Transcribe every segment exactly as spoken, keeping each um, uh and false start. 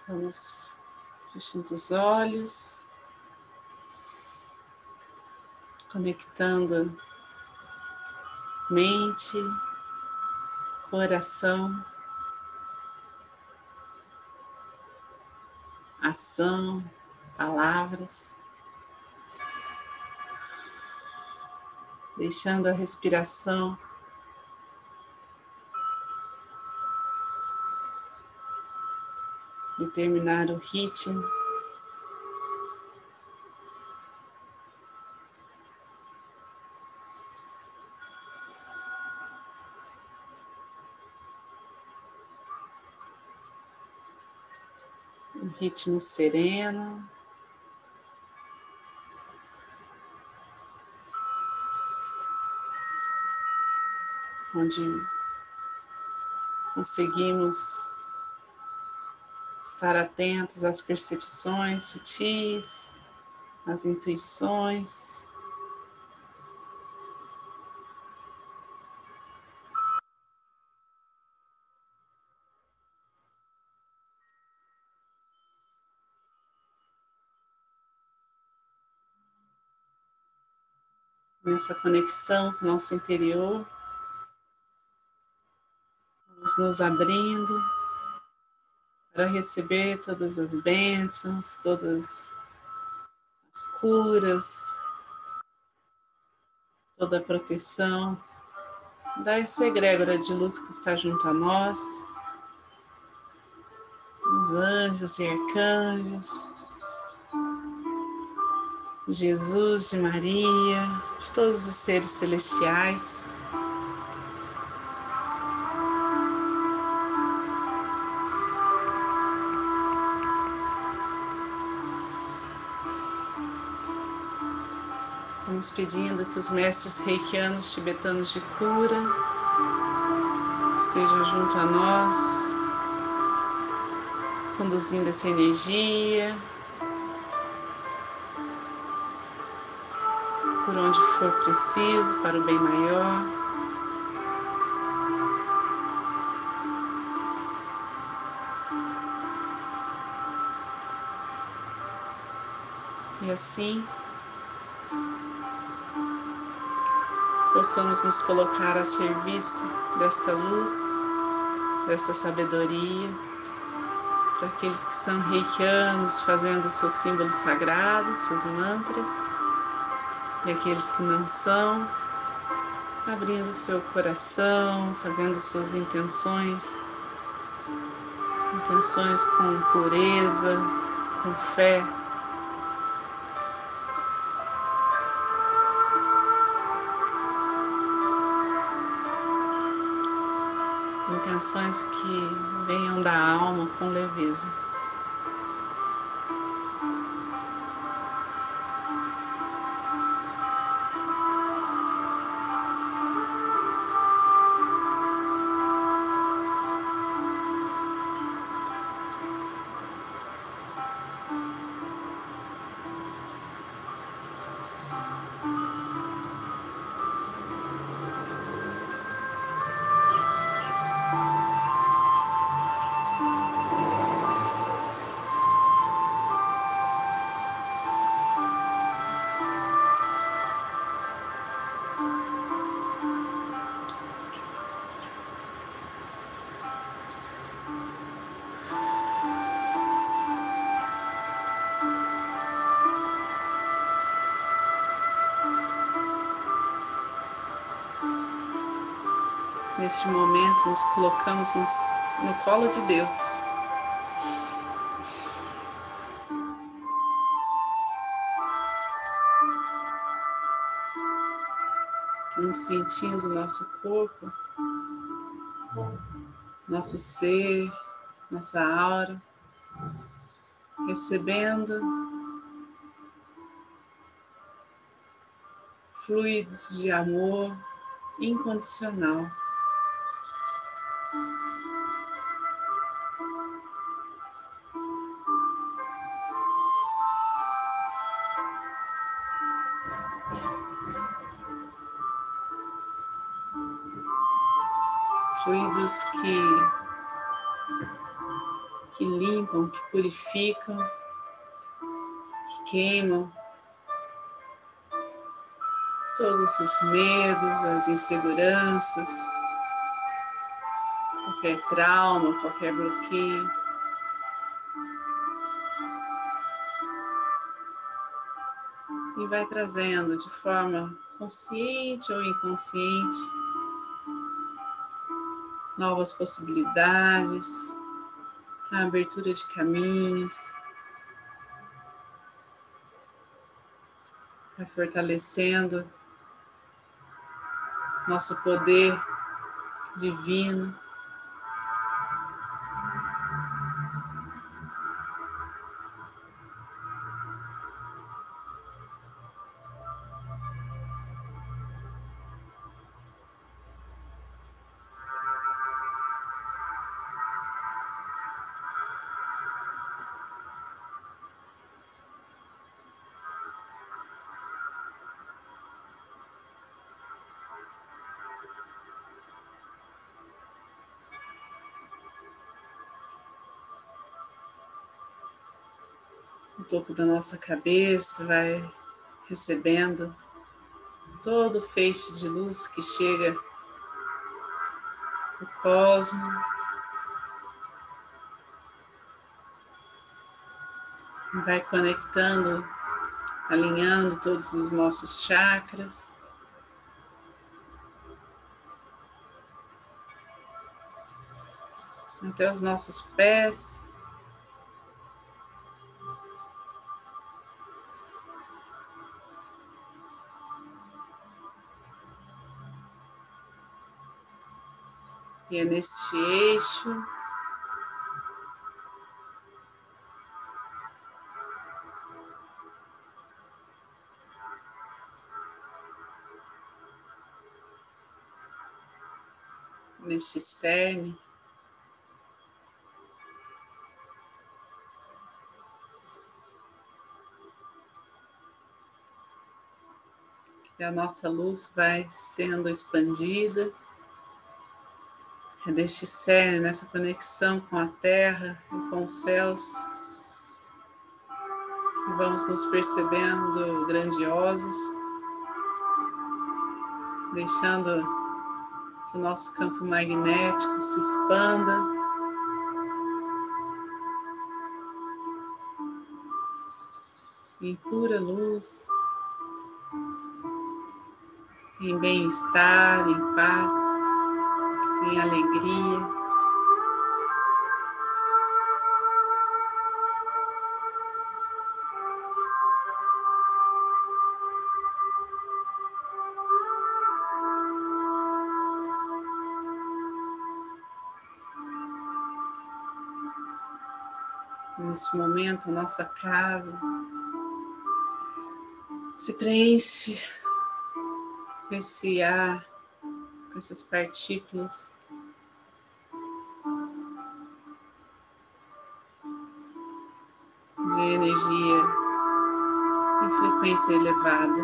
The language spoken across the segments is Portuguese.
Vamos fechando os olhos, conectando mente, coração, ação, palavras, deixando a respiração determinar o ritmo. Um ritmo sereno, onde conseguimos estar atentos às percepções sutis, às intuições. Nessa conexão com o nosso interior, vamos nos abrindo para receber todas as bênçãos, todas as curas, toda a proteção dessa egrégora de luz que está junto a nós, os anjos e arcanjos, Jesus, de Maria, de todos os seres celestiais. Vamos pedindo que os mestres reikianos tibetanos de cura estejam junto a nós, conduzindo essa energia por onde for preciso, para o bem maior. E assim possamos nos colocar a serviço desta luz, desta sabedoria, para aqueles que são reikianos, fazendo seus símbolos sagrados, seus mantras, e aqueles que não são, abrindo seu coração, fazendo suas intenções, intenções com pureza, com fé. Intenções que venham da alma com leveza. Neste momento, nos colocamos nos, no colo de Deus. Nos sentindo nosso corpo, nosso ser, nossa aura, recebendo fluidos de amor incondicional. Fluidos que, que limpam, que purificam, que queimam todos os medos, as inseguranças, qualquer trauma, qualquer bloqueio. E vai trazendo de forma consciente ou inconsciente novas possibilidades, a abertura de caminhos, vai fortalecendo nosso poder divino. O topo da nossa cabeça vai recebendo todo o feixe de luz que chega do cosmo, e vai conectando, alinhando todos os nossos chakras, até os nossos pés. E é neste eixo neste cerne que a nossa luz vai sendo expandida. É deste cerne, nessa conexão com a terra e com os céus, que vamos nos percebendo grandiosos, deixando que o nosso campo magnético se expanda, em pura luz, em bem-estar, em paz, em alegria. Nesse momento, a nossa casa se preenche com esse ar, com essas partículas de energia em frequência elevada.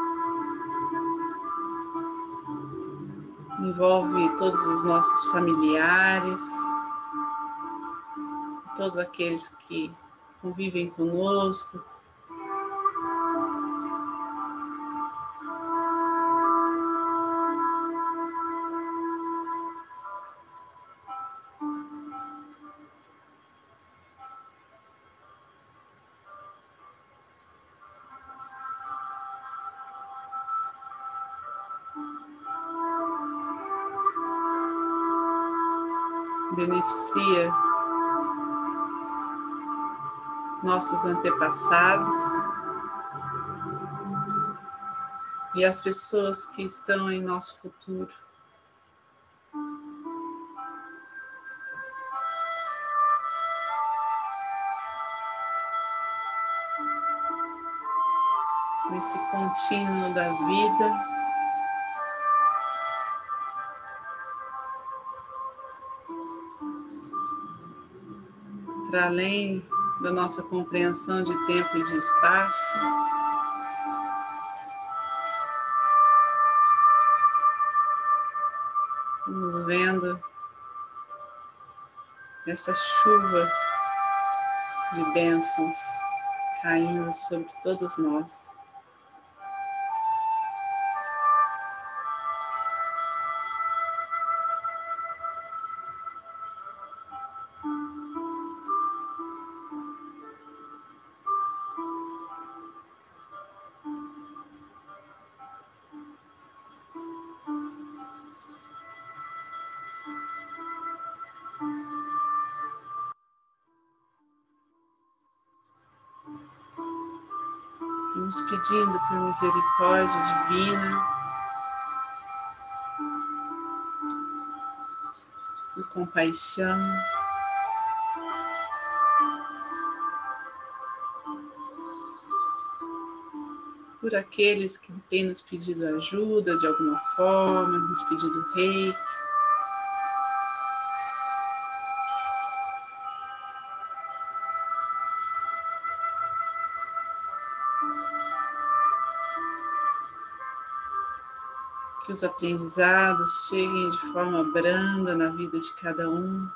Envolve todos os nossos familiares, todos aqueles que convivem conosco. Beneficia nossos antepassados e as pessoas que estão em nosso futuro. Nesse contínuo da vida, para além da nossa compreensão de tempo e de espaço, vamos vendo essa chuva de bênçãos caindo sobre todos nós. Vamos pedindo por misericórdia divina, por compaixão, por aqueles que têm nos pedido ajuda de alguma forma, nos pedido reiki. Que os aprendizados cheguem de forma branda na vida de cada um.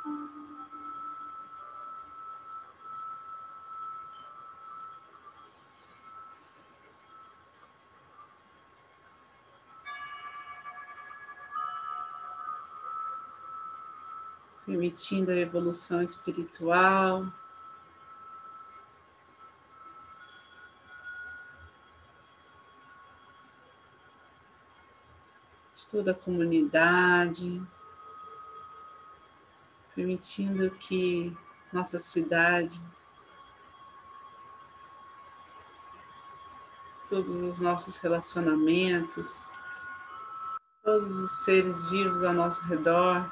Permitindo a evolução espiritual, de toda a comunidade, permitindo que nossa cidade, todos os nossos relacionamentos, todos os seres vivos ao nosso redor,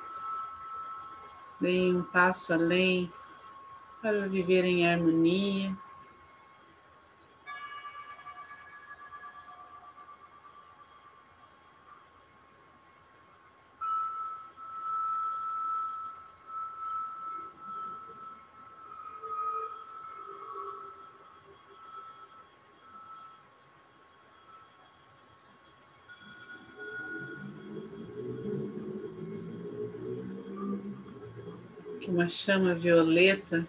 deem um passo além para viver em harmonia. Que uma chama violeta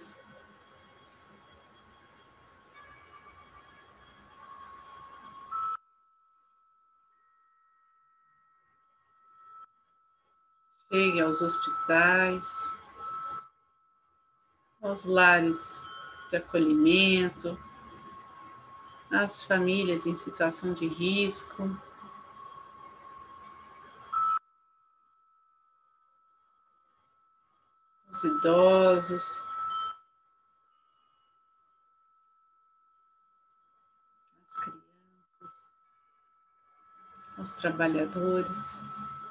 chegue aos hospitais, aos lares de acolhimento, às famílias em situação de risco, os idosos, as crianças, os trabalhadores.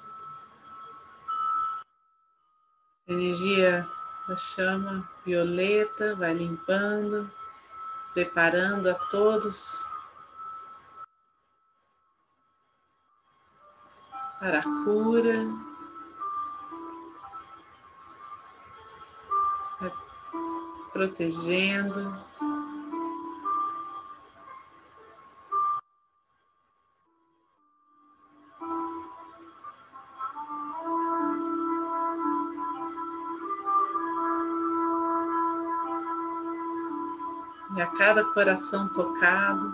A energia da chama violeta vai limpando, preparando a todos para a cura, vai protegendo. E a cada coração tocado,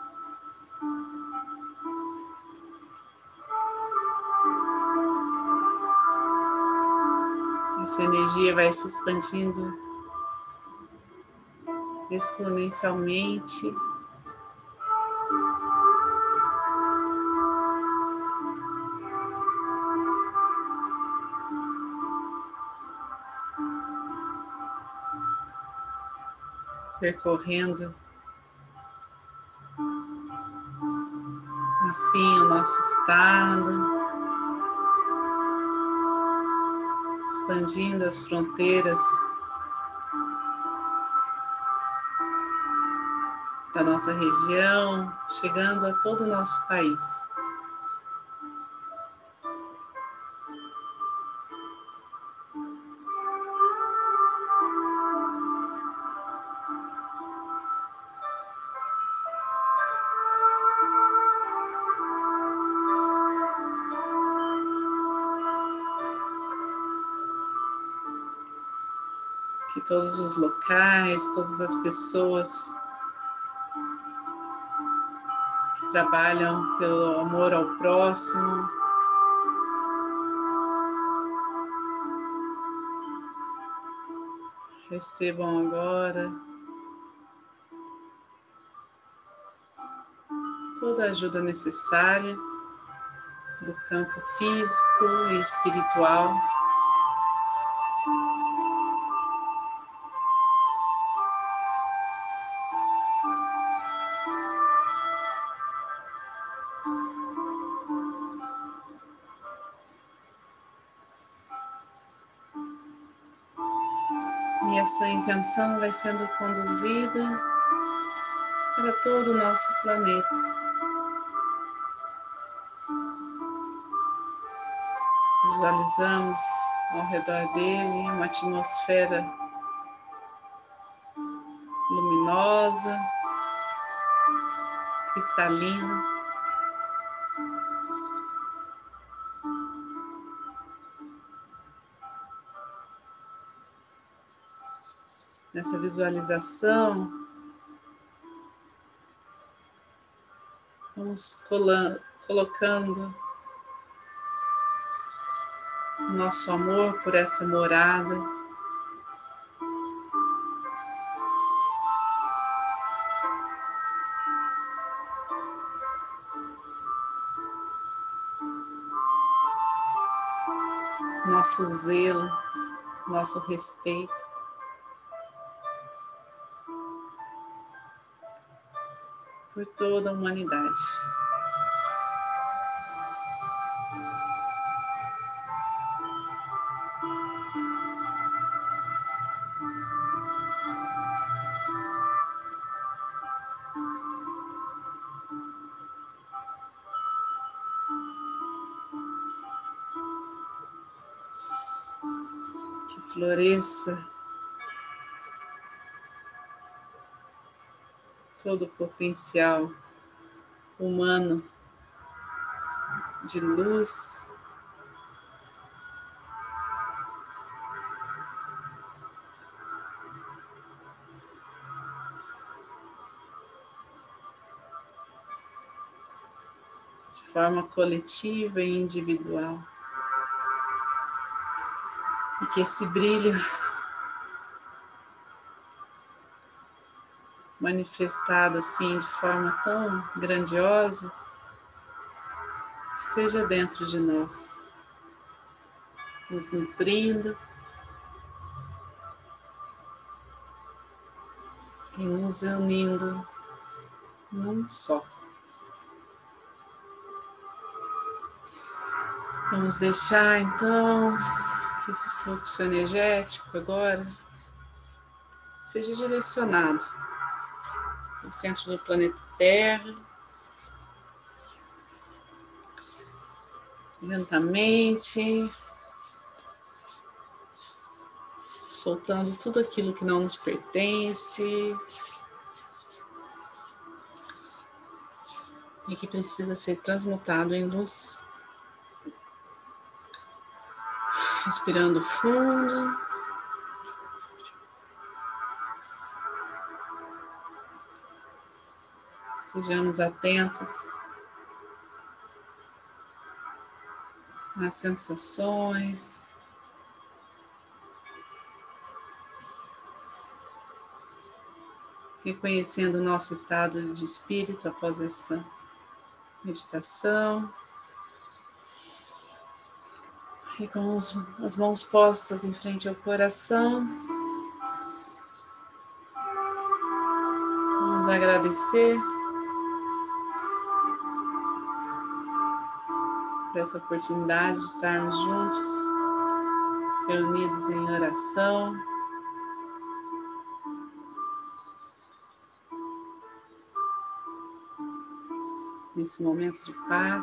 essa energia vai se expandindo exponencialmente, percorrendo assim o nosso estado, expandindo as fronteiras da nossa região, chegando a todo o nosso país. que todos os locais, todas as pessoas que trabalham pelo amor ao próximo, recebam agora toda a ajuda necessária do campo físico e espiritual. E essa intenção vai sendo conduzida para todo o nosso planeta. Visualizamos ao redor dele uma atmosfera luminosa, cristalina. Nessa visualização, vamos colando, colocando o nosso amor por essa morada. Nosso zelo, nosso respeito. Por toda a humanidade. Que floresça todo o potencial humano de luz, de forma coletiva e individual. E que esse brilho manifestado assim de forma tão grandiosa esteja dentro de nós, nos nutrindo e nos unindo num só. Vamos deixar então que esse fluxo energético agora seja direcionado ao centro do planeta Terra, lentamente, soltando tudo aquilo que não nos pertence e que precisa ser transmutado em luz. Respirando fundo. Estejamos atentos às sensações, reconhecendo o nosso estado de espírito após essa meditação. E com os, as mãos postas em frente ao coração, vamos agradecer por essa oportunidade de estarmos juntos, reunidos em oração. Nesse momento de paz,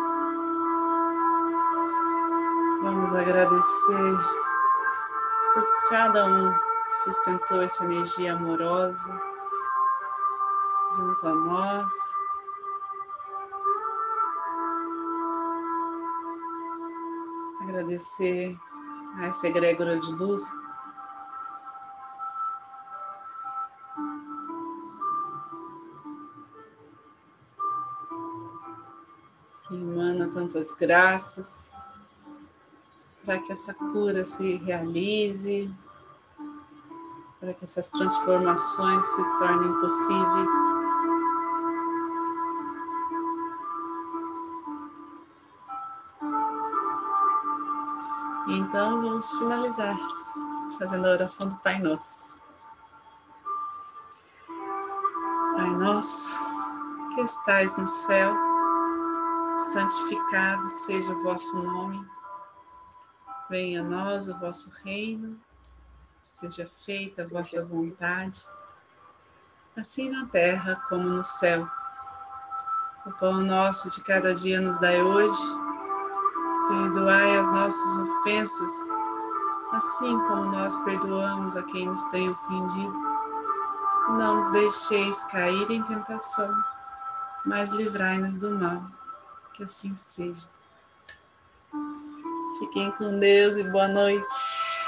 vamos agradecer por cada um que sustentou essa energia amorosa junto a nós. Agradecer a essa egrégora de luz dando tantas graças para que essa cura se realize, para que essas transformações se tornem possíveis. E então vamos finalizar fazendo a oração do Pai Nosso. Pai Nosso, que estais no céu, santificado seja o vosso nome. Venha a nós o vosso reino, seja feita a vossa vontade, assim na terra como no céu. O pão nosso de cada dia nos dai hoje, perdoai as nossas ofensas, assim como nós perdoamos a quem nos tem ofendido. Não nos deixeis cair em tentação, mas livrai-nos do mal, que assim seja. Fiquem com Deus e boa noite.